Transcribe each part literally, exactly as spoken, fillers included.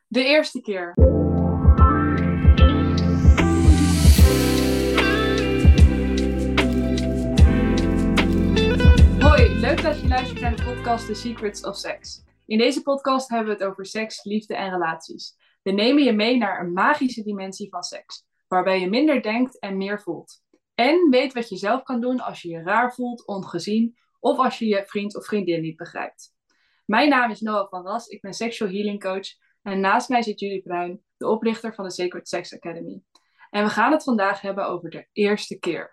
De eerste keer. Hoi, leuk dat je luistert naar de podcast The Secrets of Sex. In deze podcast hebben we het over seks, liefde en relaties. We nemen je mee naar een magische dimensie van seks, waarbij je minder denkt en meer voelt. En weet wat je zelf kan doen als je je raar voelt, ongezien of als je je vriend of vriendin niet begrijpt. Mijn naam is Noah van Ras, ik ben sexual healing coach en naast mij zit Julie Bruin, de oprichter van de Sacred Sex Academy. En we gaan het vandaag hebben over de eerste keer.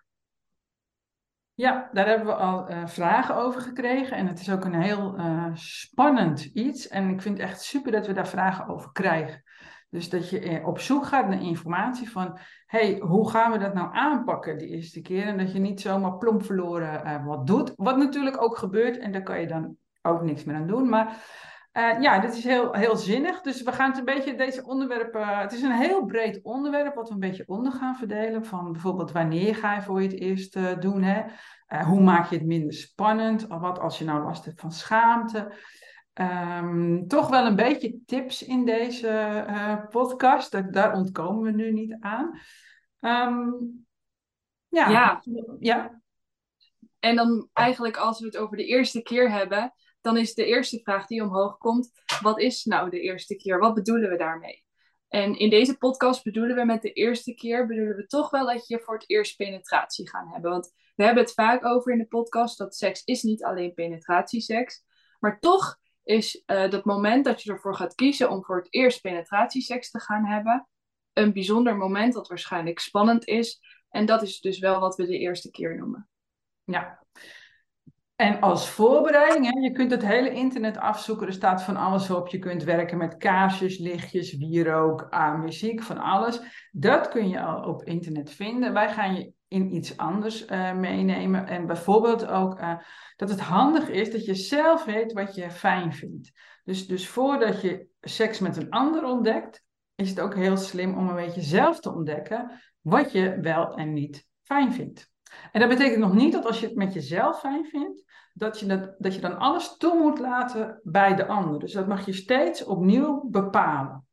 Ja, daar hebben we al uh, vragen over gekregen en het is ook een heel uh, spannend iets. En ik vind het echt super dat we daar vragen over krijgen. Dus dat je op zoek gaat naar informatie van, hey, hoe gaan we dat nou aanpakken de eerste keer? En dat je niet zomaar plomp verloren uh, wat doet. Wat natuurlijk ook gebeurt en daar kan je dan ook niks meer aan doen. Maar uh, ja, dit is heel, heel zinnig. Dus we gaan het een beetje, deze onderwerpen, uh, het is een heel breed onderwerp wat we een beetje onder gaan verdelen. Van bijvoorbeeld wanneer ga je voor je het eerst uh, doen, hè? Uh, hoe maak je het minder spannend? Of wat als je nou last hebt van schaamte? Um, toch wel een beetje tips in deze uh, podcast. Dat, daar ontkomen we nu niet aan. Um, ja. Ja, ja. En dan eigenlijk als we het over de eerste keer hebben, dan is de eerste vraag die omhoog komt, wat is nou de eerste keer? Wat bedoelen we daarmee? En in deze podcast bedoelen we met de eerste keer, bedoelen we toch wel dat je voor het eerst penetratie gaan hebben. Want we hebben het vaak over in de podcast dat seks is niet alleen penetratieseks, maar toch is uh, dat moment dat je ervoor gaat kiezen om voor het eerst penetratieseks te gaan hebben, een bijzonder moment dat waarschijnlijk spannend is. En dat is dus wel wat we de eerste keer noemen. Ja. En als voorbereiding, hè, je kunt het hele internet afzoeken. Er staat van alles op. Je kunt werken met kaarsjes, lichtjes, wierook, ah, muziek, van alles. Dat kun je al op internet vinden. Wij gaan je in iets anders uh, meenemen. En bijvoorbeeld ook uh, dat het handig is dat je zelf weet wat je fijn vindt. Dus, dus voordat je seks met een ander ontdekt, is het ook heel slim om een beetje zelf te ontdekken wat je wel en niet fijn vindt. En dat betekent nog niet dat als je het met jezelf fijn vindt, dat je, dat, dat je dan alles toe moet laten bij de ander. Dus dat mag je steeds opnieuw bepalen.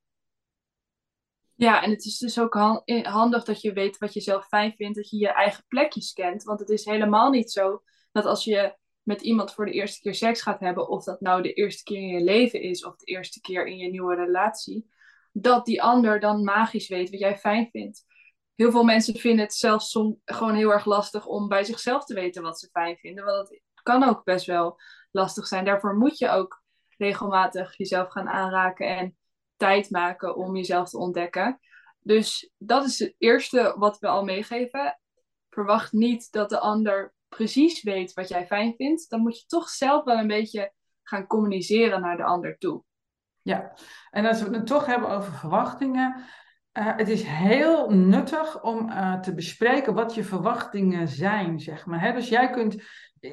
Ja, en het is dus ook handig dat je weet wat je zelf fijn vindt, dat je je eigen plekjes kent. Want het is helemaal niet zo dat als je met iemand voor de eerste keer seks gaat hebben, of dat nou de eerste keer in je leven is, of de eerste keer in je nieuwe relatie, dat die ander dan magisch weet wat jij fijn vindt. Heel veel mensen vinden het zelfs soms gewoon heel erg lastig om bij zichzelf te weten wat ze fijn vinden. Want het kan ook best wel lastig zijn. Daarvoor moet je ook regelmatig jezelf gaan aanraken en tijd maken om jezelf te ontdekken. Dus dat is het eerste wat we al meegeven. Verwacht niet dat de ander precies weet wat jij fijn vindt. Dan moet je toch zelf wel een beetje gaan communiceren naar de ander toe. Ja, en als we het toch hebben over verwachtingen. Uh, het is heel nuttig om uh, te bespreken wat je verwachtingen zijn, zeg maar. Hè? Dus jij kunt,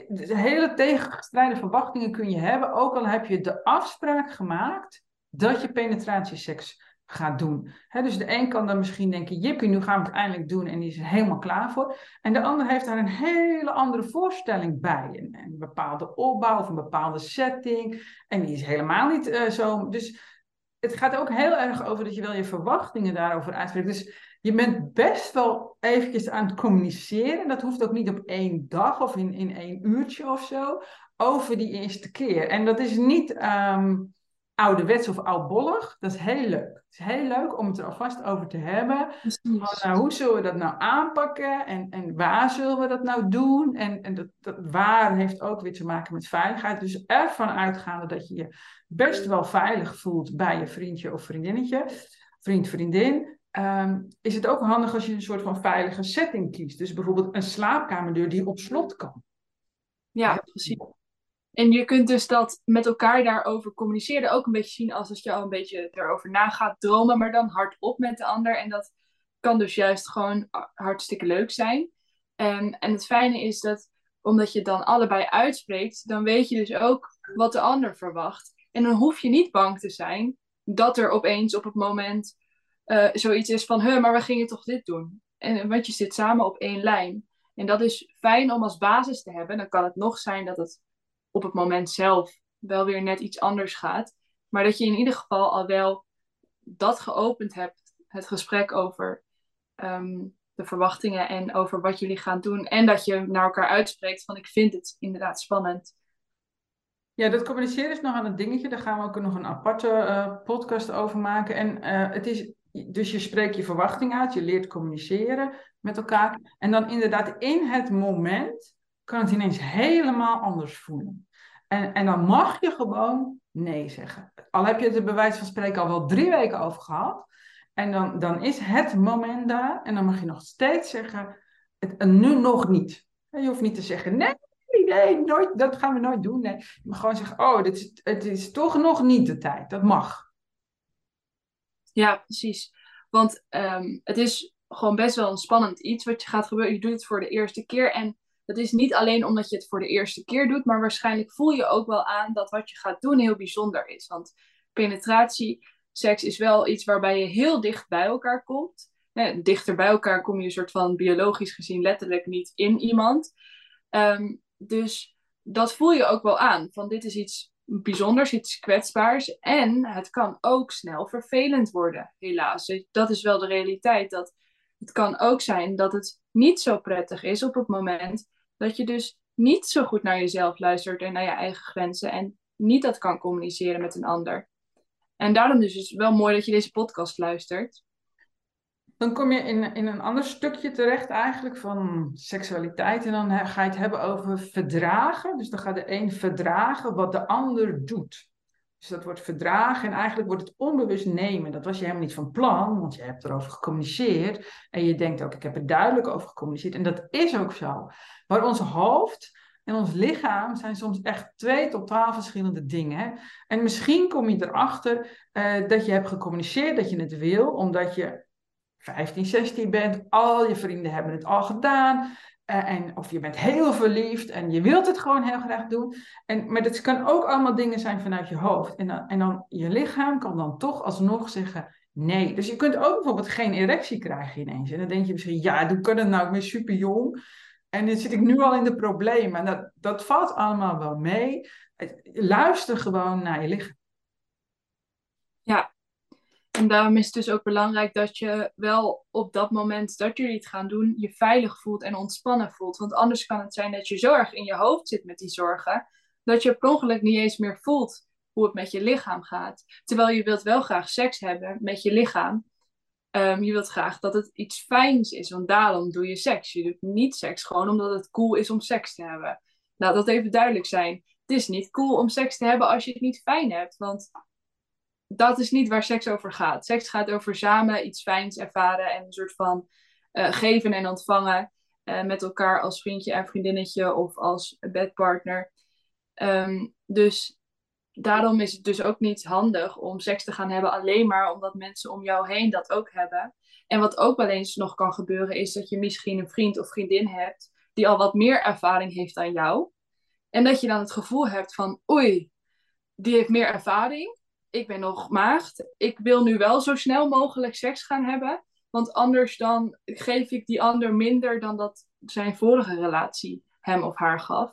hele tegenstrijdige verwachtingen kun je hebben, ook al heb je de afspraak gemaakt dat je penetratieseks gaat doen. Hè? Dus de een kan dan misschien denken, jippie, nu gaan we het eindelijk doen en die is er helemaal klaar voor. En de ander heeft daar een hele andere voorstelling bij. Een, een bepaalde opbouw of een bepaalde setting. En die is helemaal niet uh, zo. Dus het gaat ook heel erg over dat je wel je verwachtingen daarover uitspreekt. Dus je bent best wel eventjes aan het communiceren. Dat hoeft ook niet op één dag of in, in één uurtje of zo. Over die eerste keer. En dat is niet um, ouderwets of oudbollig. Dat is heel leuk. Het is heel leuk om het er alvast over te hebben. Van, nou, hoe zullen we dat nou aanpakken? En, en waar zullen we dat nou doen? En, en dat, dat waar heeft ook weer te maken met veiligheid. Dus ervan uitgaande dat je je best wel veilig voelt bij je vriendje of vriendinnetje, vriend, vriendin, um, is het ook handig als je een soort van veilige setting kiest. Dus bijvoorbeeld een slaapkamerdeur die op slot kan. Ja, precies. En je kunt dus dat met elkaar daarover communiceren ook een beetje zien als als je al een beetje erover na gaat dromen, maar dan hardop met de ander. En dat kan dus juist gewoon hartstikke leuk zijn. En, en het fijne is dat, omdat je het dan allebei uitspreekt, dan weet je dus ook wat de ander verwacht. En dan hoef je niet bang te zijn dat er opeens op het moment uh, zoiets is van, huh, maar we gingen toch dit doen? En, want je zit samen op één lijn. En dat is fijn om als basis te hebben. Dan kan het nog zijn dat het op het moment zelf wel weer net iets anders gaat. Maar dat je in ieder geval al wel dat geopend hebt, het gesprek over um, de verwachtingen en over wat jullie gaan doen. En dat je naar elkaar uitspreekt van ik vind het inderdaad spannend. Ja, dat communiceren is nog aan het dingetje. Daar gaan we ook nog een aparte uh, podcast over maken. En uh, het is, dus je spreekt je verwachting uit, je leert communiceren met elkaar. En dan inderdaad in het moment kan het ineens helemaal anders voelen. En, en dan mag je gewoon nee zeggen. Al heb je het er bij wijze van spreken al wel drie weken over gehad. En dan, dan is het moment daar. En dan mag je nog steeds zeggen, het, nu nog niet. Je hoeft niet te zeggen nee. Nee, nooit, dat gaan we nooit doen. Nee. Je mag gewoon zeggen, oh, dit is, het is toch nog niet de tijd. Dat mag. Ja, precies. Want um, het is gewoon best wel een spannend iets wat je gaat gebeuren. Je doet het voor de eerste keer. En dat is niet alleen omdat je het voor de eerste keer doet, maar waarschijnlijk voel je ook wel aan dat wat je gaat doen heel bijzonder is. Want penetratie, seks is wel iets waarbij je heel dicht bij elkaar komt. Ja, dichter bij elkaar kom je een soort van biologisch gezien letterlijk niet in iemand. Um, dus dat voel je ook wel aan. Van dit is iets bijzonders, iets kwetsbaars. En het kan ook snel vervelend worden, helaas. Dat is wel de realiteit. Dat het kan ook zijn dat het niet zo prettig is op het moment dat je dus niet zo goed naar jezelf luistert en naar je eigen grenzen. En niet dat kan communiceren met een ander. En daarom dus is het wel mooi dat je deze podcast luistert. Dan kom je in, in een ander stukje terecht eigenlijk van seksualiteit. En dan ga je het hebben over verdragen. Dus dan gaat de een verdragen wat de ander doet. Dus dat wordt verdragen en eigenlijk wordt het onbewust nemen. Dat was je helemaal niet van plan, want je hebt erover gecommuniceerd. En je denkt ook, ik heb er duidelijk over gecommuniceerd. En dat is ook zo. Maar ons hoofd en ons lichaam zijn soms echt twee totaal verschillende dingen. En misschien kom je erachter uh, dat je hebt gecommuniceerd, dat je het wil, omdat je vijftien, zestien bent, al je vrienden hebben het al gedaan. Uh, en, of je bent heel verliefd en je wilt het gewoon heel graag doen. En, maar dat kan ook allemaal dingen zijn vanuit je hoofd. En dan, en dan je lichaam kan dan toch alsnog zeggen nee. Dus je kunt ook bijvoorbeeld geen erectie krijgen ineens. En dan denk je misschien, ja, hoe kan het nou? Ik ben super jong. En dan zit ik nu al in de problemen. En dat, dat valt allemaal wel mee. Luister gewoon naar je lichaam. Ja. En daarom is het dus ook belangrijk dat je wel op dat moment dat jullie het gaan doen, je veilig voelt en ontspannen voelt. Want anders kan het zijn dat je zo erg in je hoofd zit met die zorgen, dat je per ongeluk niet eens meer voelt hoe het met je lichaam gaat. Terwijl je wilt wel graag seks hebben met je lichaam. Um, je wilt graag dat het iets fijns is, want daarom doe je seks. Je doet niet seks gewoon omdat het cool is om seks te hebben. Laat dat even duidelijk zijn. Het is niet cool om seks te hebben als je het niet fijn hebt, want dat is niet waar seks over gaat. Seks gaat over samen iets fijns ervaren en een soort van uh, geven en ontvangen uh, met elkaar als vriendje en vriendinnetje of als bedpartner. Um, dus daarom is het dus ook niet handig om seks te gaan hebben alleen maar omdat mensen om jou heen dat ook hebben. En wat ook wel eens nog kan gebeuren is dat je misschien een vriend of vriendin hebt die al wat meer ervaring heeft dan jou. En dat je dan het gevoel hebt van oei, die heeft meer ervaring. Ik ben nog maagd. Ik wil nu wel zo snel mogelijk seks gaan hebben. Want anders dan geef ik die ander minder dan dat zijn vorige relatie hem of haar gaf.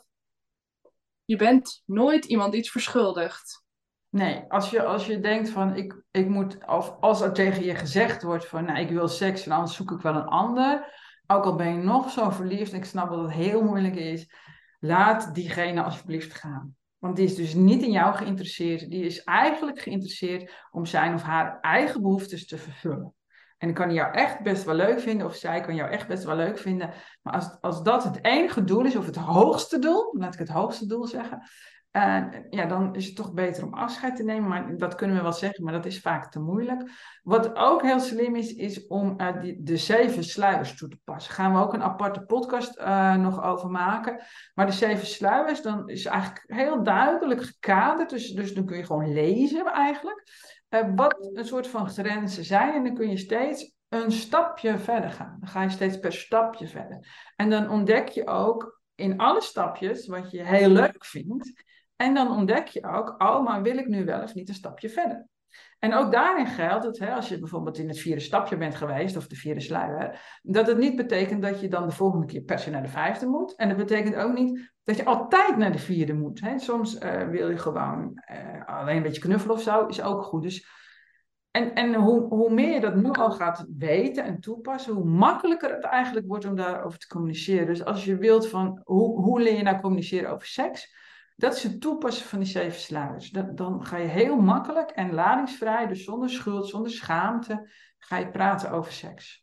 Je bent nooit iemand iets verschuldigd. Nee, als je, als je denkt van ik, ik moet, of als er tegen je gezegd wordt van nou, ik wil seks en anders zoek ik wel een ander. Ook al ben je nog zo verliefd en ik snap dat het heel moeilijk is. Laat diegene alsjeblieft gaan. Want die is dus niet in jou geïnteresseerd. Die is eigenlijk geïnteresseerd om zijn of haar eigen behoeftes te vervullen. En dan kan hij jou echt best wel leuk vinden, of zij kan jou echt best wel leuk vinden. Maar als, als dat het enige doel is, of het hoogste doel, laat ik het hoogste doel zeggen. Uh, ja, dan is het toch beter om afscheid te nemen. Maar dat kunnen we wel zeggen, maar dat is vaak te moeilijk. Wat ook heel slim is, is om uh, die, de zeven sluiers toe te passen. Daar gaan we ook een aparte podcast uh, nog over maken. Maar de zeven sluiers, dan is eigenlijk heel duidelijk gekaderd. Dus, dus dan kun je gewoon lezen eigenlijk. Uh, wat een soort van grenzen zijn. En dan kun je steeds een stapje verder gaan. Dan ga je steeds per stapje verder. En dan ontdek je ook in alle stapjes wat je heel leuk vindt. En dan ontdek je ook, oh, maar wil ik nu wel of niet een stapje verder? En ook daarin geldt het, hè, als je bijvoorbeeld in het vierde stapje bent geweest, of de vierde sluier, dat het niet betekent dat je dan de volgende keer per se naar de vijfde moet. En dat betekent ook niet dat je altijd naar de vierde moet. Hè. Soms uh, wil je gewoon uh, alleen een beetje knuffelen of zo, is ook goed. Dus En, en hoe, hoe meer je dat nu al gaat weten en toepassen, hoe makkelijker het eigenlijk wordt om daarover te communiceren. Dus als je wilt van, hoe, hoe leer je nou communiceren over seks? Dat is het toepassen van die zeven sluiers. Dat, dan ga je heel makkelijk en ladingsvrij, dus zonder schuld, zonder schaamte, ga je praten over seks.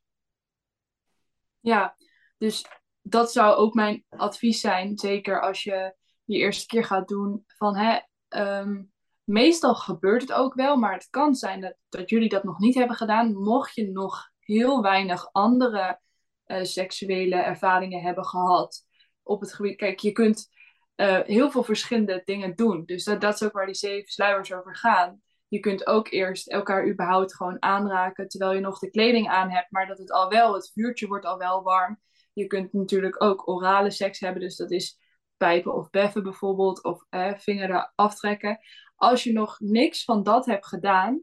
Ja, dus dat zou ook mijn advies zijn. Zeker als je je eerste keer gaat doen. Van, hè, ehm, meestal gebeurt het ook wel. Maar het kan zijn dat, dat jullie dat nog niet hebben gedaan. Mocht je nog heel weinig andere eh, seksuele ervaringen hebben gehad. Op het gebied. Kijk, je kunt eh, heel veel verschillende dingen doen. Dus dat, dat is ook waar die zeven sluiers over gaan. Je kunt ook eerst elkaar überhaupt gewoon aanraken terwijl je nog de kleding aan hebt, maar dat het al wel, het vuurtje wordt al wel warm. Je kunt natuurlijk ook orale seks hebben, dus dat is pijpen of beffen bijvoorbeeld, of eh, vingeren aftrekken. Als je nog niks van dat hebt gedaan,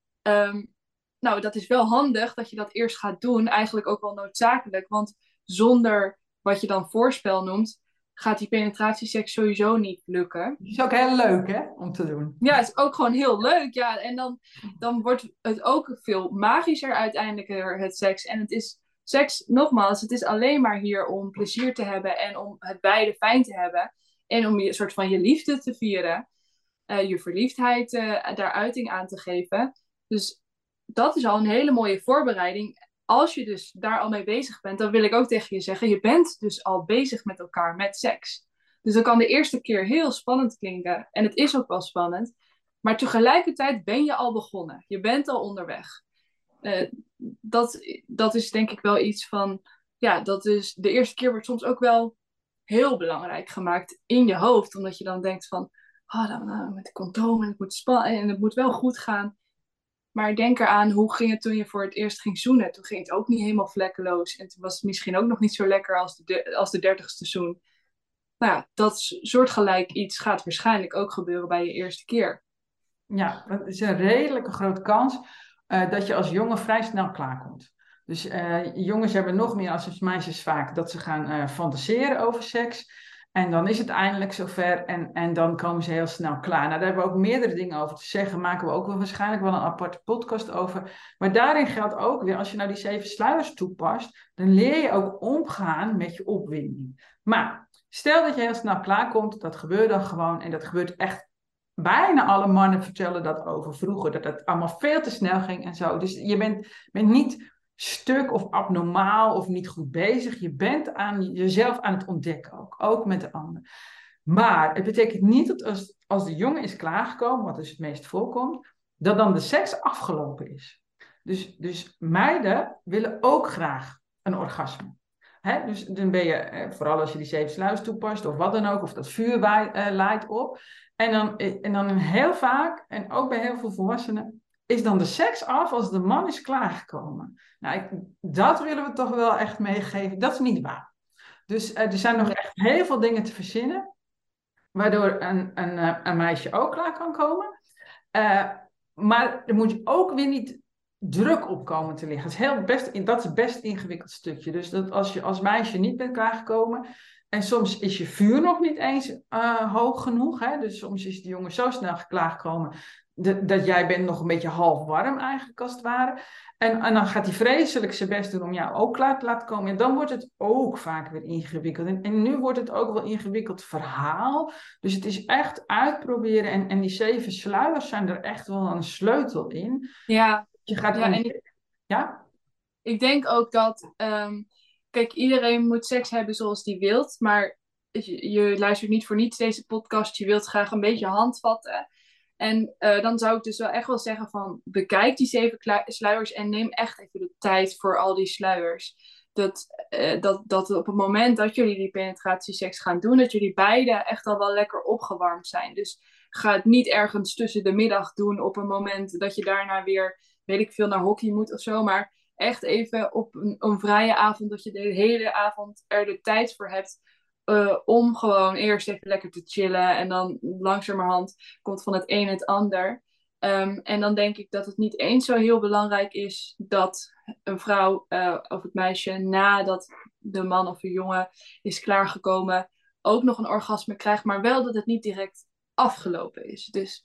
um, nou, dat is wel handig dat je dat eerst gaat doen, eigenlijk ook wel noodzakelijk, want zonder wat je dan voorspel noemt, gaat die penetratieseks sowieso niet lukken. Dat is ook heel leuk, hè, om te doen. Ja, het is ook gewoon heel leuk. Ja, en dan, dan wordt het ook veel magischer uiteindelijk het seks. En het is seks, nogmaals, het is alleen maar hier om plezier te hebben en om het beide fijn te hebben. En om je soort van je liefde te vieren, uh, je verliefdheid uh, daar uiting aan te geven. Dus dat is al een hele mooie voorbereiding. Als je dus daar al mee bezig bent, dan wil ik ook tegen je zeggen, je bent dus al bezig met elkaar, met seks. Dus dan kan de eerste keer heel spannend klinken. En het is ook wel spannend. Maar tegelijkertijd ben je al begonnen. Je bent al onderweg. Uh, dat, dat is denk ik wel iets van... Ja, dat is, de eerste keer wordt soms ook wel heel belangrijk gemaakt in je hoofd. Omdat je dan denkt van... Oh, dan, dan met de condoom en het moet spannen en het moet wel goed gaan. Maar denk eraan, hoe ging het toen je voor het eerst ging zoenen? Toen ging het ook niet helemaal vlekkeloos. En toen was het misschien ook nog niet zo lekker als de, als de dertigste zoen. Nou ja, dat soortgelijk iets gaat waarschijnlijk ook gebeuren bij je eerste keer. Ja, dat is een redelijke grote kans uh, dat je als jongen vrij snel klaarkomt. Dus uh, jongens hebben nog meer als meisjes vaak dat ze gaan uh, fantaseren over seks. En dan is het eindelijk zover en, en dan komen ze heel snel klaar. Nou, daar hebben we ook meerdere dingen over te zeggen. Maken we ook wel waarschijnlijk wel een aparte podcast over. Maar daarin geldt ook weer, als je nou die zeven sluiers toepast, dan leer je ook omgaan met je opwinding. Maar stel dat je heel snel klaarkomt, dat gebeurt dan gewoon en dat gebeurt echt. Bijna alle mannen vertellen dat over vroeger, dat het allemaal veel te snel ging en zo. Dus je bent, bent niet stuk of abnormaal of niet goed bezig. Je bent aan jezelf aan het ontdekken ook, ook met de ander. Maar het betekent niet dat als, als de jongen is klaargekomen, wat dus het meest voorkomt, dat dan de seks afgelopen is. Dus, dus meiden willen ook graag een orgasme. Hè? Dus dan ben je, vooral als je die zeven sluis toepast of wat dan ook, of dat vuur waai, uh, laait op. En dan, en dan heel vaak, en ook bij heel veel volwassenen, is dan de seks af als de man is klaargekomen. Nou, ik, dat willen we toch wel echt meegeven. Dat is niet waar. Dus uh, er zijn nog echt heel veel dingen te verzinnen, waardoor een, een, een meisje ook klaar kan komen. Uh, maar er moet ook weer niet druk op komen te liggen. Dat is, heel best, dat is het best ingewikkeld stukje. Dus dat als je als meisje niet bent klaargekomen, en soms is je vuur nog niet eens uh, hoog genoeg. Hè? Dus soms is de jongen zo snel klaargekomen dat, dat jij bent nog een beetje half warm eigenlijk als het ware. En, en dan gaat hij vreselijk zijn best doen om jou ook klaar te laten komen. En dan wordt het ook vaak weer ingewikkeld. En, en nu wordt het ook wel ingewikkeld verhaal. Dus het is echt uitproberen. En, en die zeven sluiers zijn er echt wel een sleutel in. Ja, Je gaat ja, en ik, ja? ik denk ook dat... Um, kijk, iedereen moet seks hebben zoals die wilt. Maar je, je luistert niet voor niets deze podcast. Je wilt graag een beetje handvatten. En uh, dan zou ik dus wel echt wel zeggen van... bekijk die zeven sluiers en neem echt even de tijd voor al die sluiers. Dat, uh, dat, dat op het moment dat jullie die penetratieseks gaan doen... dat jullie beide echt al wel lekker opgewarmd zijn. Dus ga het niet ergens tussen de middag doen... op een moment dat je daarna weer, weet ik veel, naar hockey moet of zo. Maar echt even op een, een vrije avond... dat je de hele avond er de tijd voor hebt... Uh, om gewoon eerst even lekker te chillen en dan langzamerhand komt van het een het ander. Um, en dan denk ik dat het niet eens zo heel belangrijk is dat een vrouw uh, of het meisje nadat de man of de jongen is klaargekomen ook nog een orgasme krijgt, maar wel dat het niet direct afgelopen is. Dus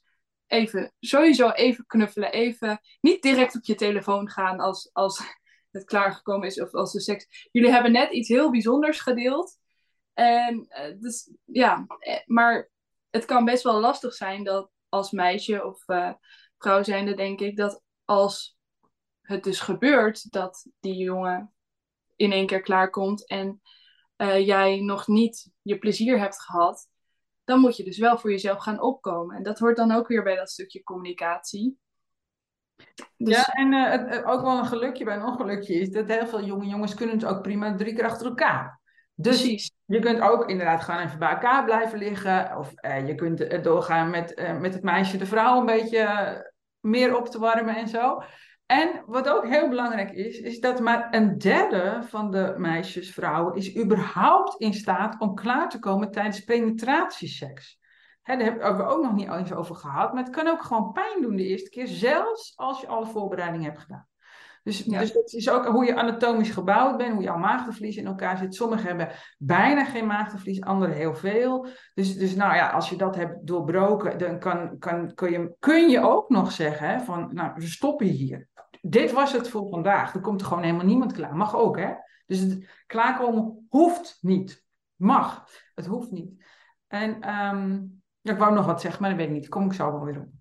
even, sowieso even knuffelen. Even niet direct op je telefoon gaan als, als het klaargekomen is of als de seks. Jullie hebben net iets heel bijzonders gedeeld. En uh, dus ja, maar het kan best wel lastig zijn dat als meisje of uh, vrouw zijnde, denk ik, dat als het dus gebeurt dat die jongen in één keer klaarkomt en uh, jij nog niet je plezier hebt gehad, dan moet je dus wel voor jezelf gaan opkomen. En dat hoort dan ook weer bij dat stukje communicatie. Dus... Ja, en uh, het, het, ook wel een gelukje bij een ongelukje is dat heel veel jonge jongens kunnen het ook prima drie keer achter elkaar. Dus Precies. je kunt ook inderdaad gewoon even bij elkaar blijven liggen. Of uh, je kunt uh, doorgaan met, uh, met het meisje de vrouw een beetje uh, meer op te warmen en zo. En wat ook heel belangrijk is, is dat maar een derde van de meisjes, vrouwen, is überhaupt in staat om klaar te komen tijdens penetratieseks. Hè, daar hebben we ook nog niet eens over gehad. Maar het kan ook gewoon pijn doen de eerste keer, zelfs als je alle voorbereidingen hebt gedaan. Dus, ja. dus dat is ook hoe je anatomisch gebouwd bent, hoe jouw maagdenvlies in elkaar zit. Sommigen hebben bijna geen maagdenvlies, anderen heel veel. Dus, dus nou ja, als je dat hebt doorbroken, dan kan, kan, kun, je, kun je ook nog zeggen hè, van, nou, we stoppen hier. Dit was het voor vandaag. Er komt er gewoon helemaal niemand klaar. Mag ook, hè? Dus het klaarkomen hoeft niet. Mag. Het hoeft niet. En um, ja, ik wou nog wat zeggen, maar dat weet ik niet. Kom ik zo wel weer op.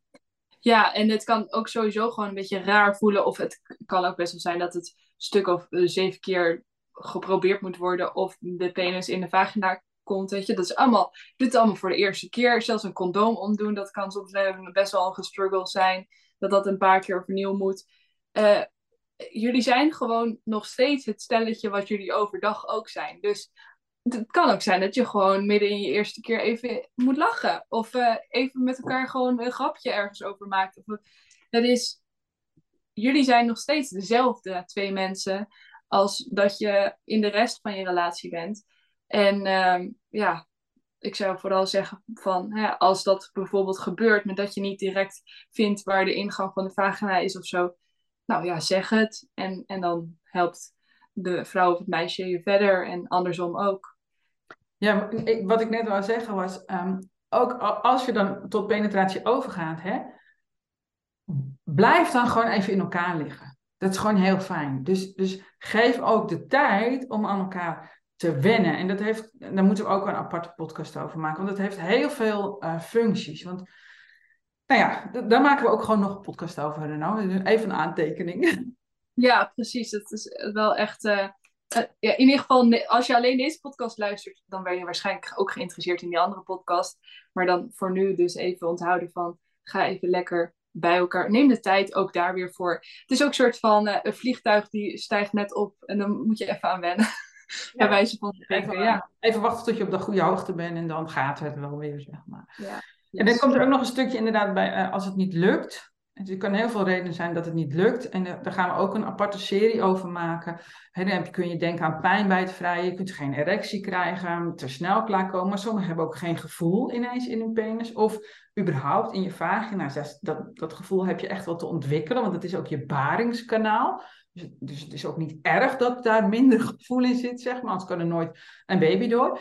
Ja, en het kan ook sowieso gewoon een beetje raar voelen. Of het kan ook best wel zijn dat het stuk of uh, zeven keer geprobeerd moet worden. Of de penis in de vagina komt, weet je. Dat is allemaal, dit is allemaal voor de eerste keer. Zelfs een condoom omdoen, dat kan soms best wel een gestruggle zijn. Dat dat een paar keer opnieuw moet. Uh, jullie zijn gewoon nog steeds het stelletje wat jullie overdag ook zijn. Dus het kan ook zijn dat je gewoon midden in je eerste keer even moet lachen. Of uh, even met elkaar gewoon een grapje ergens over maakt. Of, dat is, jullie zijn nog steeds dezelfde twee mensen als dat je in de rest van je relatie bent. En uh, ja, ik zou vooral zeggen van, hè, als dat bijvoorbeeld gebeurt, met dat je niet direct vindt waar de ingang van de vagina is of zo. Nou ja, zeg het. En, en dan helpt de vrouw of het meisje je verder en andersom ook. Ja, wat ik net wou zeggen was, um, ook als je dan tot penetratie overgaat, hè, blijf dan gewoon even in elkaar liggen. Dat is gewoon heel fijn. Dus, dus geef ook de tijd om aan elkaar te wennen. En dat heeft, daar moeten we ook een aparte podcast over maken, want dat heeft heel veel uh, functies. Want, nou ja, d- daar maken we ook gewoon nog een podcast over, Renaud. Even een aantekening. Ja, precies. Dat is wel echt... Uh... Uh, ja, in ieder geval, als je alleen deze podcast luistert, dan ben je waarschijnlijk ook geïnteresseerd in die andere podcast. Maar dan voor nu dus even onthouden van, ga even lekker bij elkaar. Neem de tijd ook daar weer voor. Het is ook een soort van uh, een vliegtuig die stijgt net op en dan moet je even aan wennen. Ja. Bij wijze van spreken, even, ja. Even wachten tot je op de goede hoogte bent en dan gaat het wel weer, zeg maar. Ja, yes. En dan komt er ook nog een stukje inderdaad bij, uh, als het niet lukt. Er kan heel veel redenen zijn dat het niet lukt. En uh, daar gaan we ook een aparte serie over maken. He, dan kun je denken aan pijn bij het vrijen. Je kunt geen erectie krijgen, te snel klaarkomen. Maar sommigen hebben ook geen gevoel ineens in hun penis. Of überhaupt in je vagina. Dat, dat, dat gevoel heb je echt wel te ontwikkelen. Want het is ook je baringskanaal. Dus, dus het is ook niet erg dat daar minder gevoel in zit, zeg maar. Anders kan er nooit een baby door.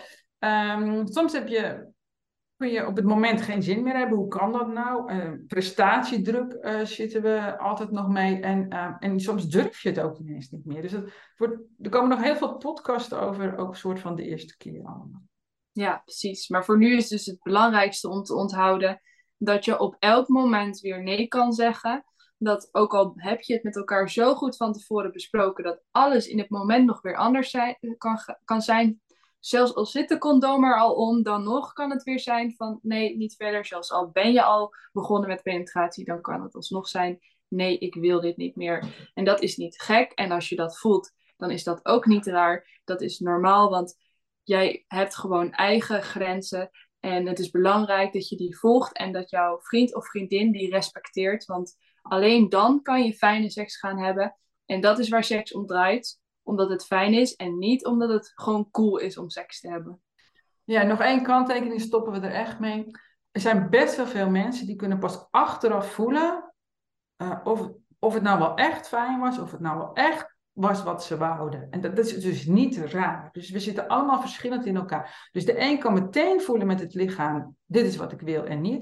Um, soms heb je... kun je op het moment geen zin meer hebben. Hoe kan dat nou? Uh, prestatiedruk uh, zitten we altijd nog mee. En, uh, en soms durf je het ook ineens niet meer. Dus het wordt, er komen nog heel veel podcasts over. Ook een soort van de eerste keer allemaal. Ja, precies. Maar voor nu is dus het belangrijkste om te onthouden dat je op elk moment weer nee kan zeggen. Dat ook al heb je het met elkaar zo goed van tevoren besproken, dat alles in het moment nog weer anders zijn, kan, kan zijn. Zelfs al zit de condoom er al om, dan nog kan het weer zijn van nee, niet verder. Zelfs al ben je al begonnen met penetratie, dan kan het alsnog zijn nee, ik wil dit niet meer. En dat is niet gek. En als je dat voelt, dan is dat ook niet raar. Dat is normaal, want jij hebt gewoon eigen grenzen. En het is belangrijk dat je die volgt en dat jouw vriend of vriendin die respecteert. Want alleen dan kan je fijne seks gaan hebben. En dat is waar seks om draait. Omdat het fijn is en niet omdat het gewoon cool is om seks te hebben. Ja, nog één kanttekening, stoppen we er echt mee. Er zijn best wel veel mensen die kunnen pas achteraf voelen uh, of, of het nou wel echt fijn was, of het nou wel echt was wat ze wouden. En dat, dat is dus niet raar. Dus we zitten allemaal verschillend in elkaar. Dus de een kan meteen voelen met het lichaam, dit is wat ik wil en niet.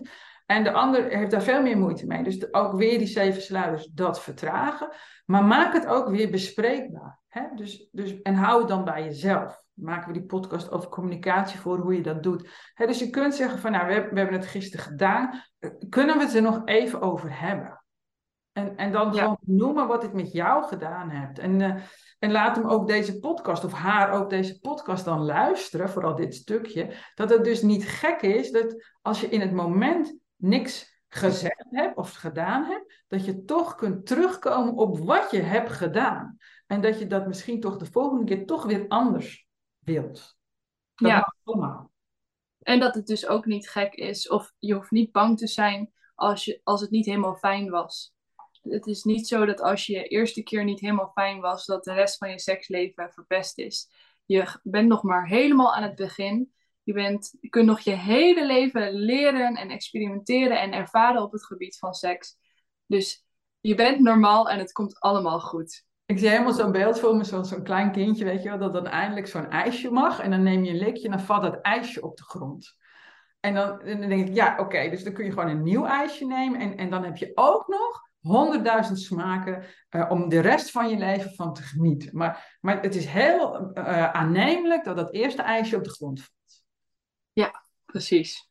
En de ander heeft daar veel meer moeite mee. Dus ook weer die zeven sluiers, dat vertragen. Maar maak het ook weer bespreekbaar. Hè? Dus, dus, en hou het dan bij jezelf. Maken we die podcast over communicatie voor hoe je dat doet. Hè, dus je kunt zeggen van, nou, we, we hebben het gisteren gedaan. Kunnen we het er nog even over hebben? En, en dan Ja. gewoon noemen wat ik met jou gedaan heb. En, uh, en laat hem ook deze podcast, of haar ook deze podcast dan luisteren, vooral dit stukje. Dat het dus niet gek is dat als je in het moment niks gezegd hebt of gedaan hebt, dat je toch kunt terugkomen op wat je hebt gedaan. En dat je dat misschien toch de volgende keer toch weer anders wilt. Dat Ja. mag allemaal. En dat het dus ook niet gek is, of je hoeft niet bang te zijn als, je, als het niet helemaal fijn was. Het is niet zo dat als je eerste keer niet helemaal fijn was, dat de rest van je seksleven verpest is. Je bent nog maar helemaal aan het begin. Je, bent, je kunt nog je hele leven leren en experimenteren en ervaren op het gebied van seks. Dus je bent normaal en het komt allemaal goed. Ik zie helemaal zo'n beeld voor me, zo'n zo'n klein kindje, weet je wel, dat dan eindelijk zo'n ijsje mag. En dan neem je een likje en dan valt dat ijsje op de grond. En dan, en dan denk ik, ja, oké, okay, dus dan kun je gewoon een nieuw ijsje nemen. En, en dan heb je ook nog honderdduizend smaken uh, om de rest van je leven van te genieten. Maar, maar het is heel uh, aannemelijk dat dat eerste ijsje op de grond valt. Ja, precies.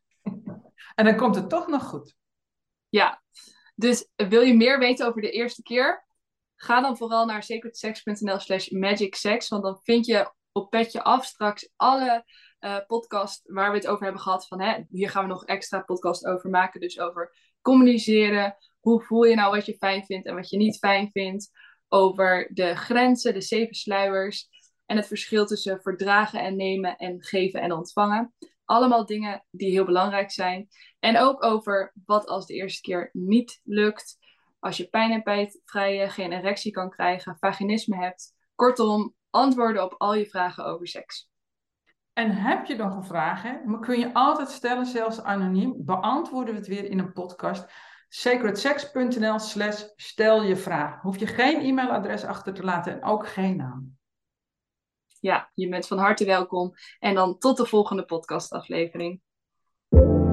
En dan komt het toch nog goed. Ja, dus wil je meer weten over de eerste keer? Ga dan vooral naar sacredsex.nl slash magicsex, want dan vind je op Petje Af straks alle uh, podcasts waar we het over hebben gehad. Van, hè, hier gaan we nog extra podcast over maken, dus over communiceren. Hoe voel je nou wat je fijn vindt en wat je niet fijn vindt? Over de grenzen, de zeven sluiers en het verschil tussen verdragen en nemen en geven en ontvangen. Allemaal dingen die heel belangrijk zijn. En ook over wat als de eerste keer niet lukt. Als je pijn hebt bij het vrijen, geen erectie kan krijgen, vaginisme hebt. Kortom, antwoorden op al je vragen over seks. En heb je nog een vraag, hè? Kun je altijd stellen, zelfs anoniem. Beantwoorden we het weer in een podcast. sacredsex.nl slash stel je vraag. Hoef je geen e-mailadres achter te laten en ook geen naam. Ja, je bent van harte welkom. En dan tot de volgende podcastaflevering.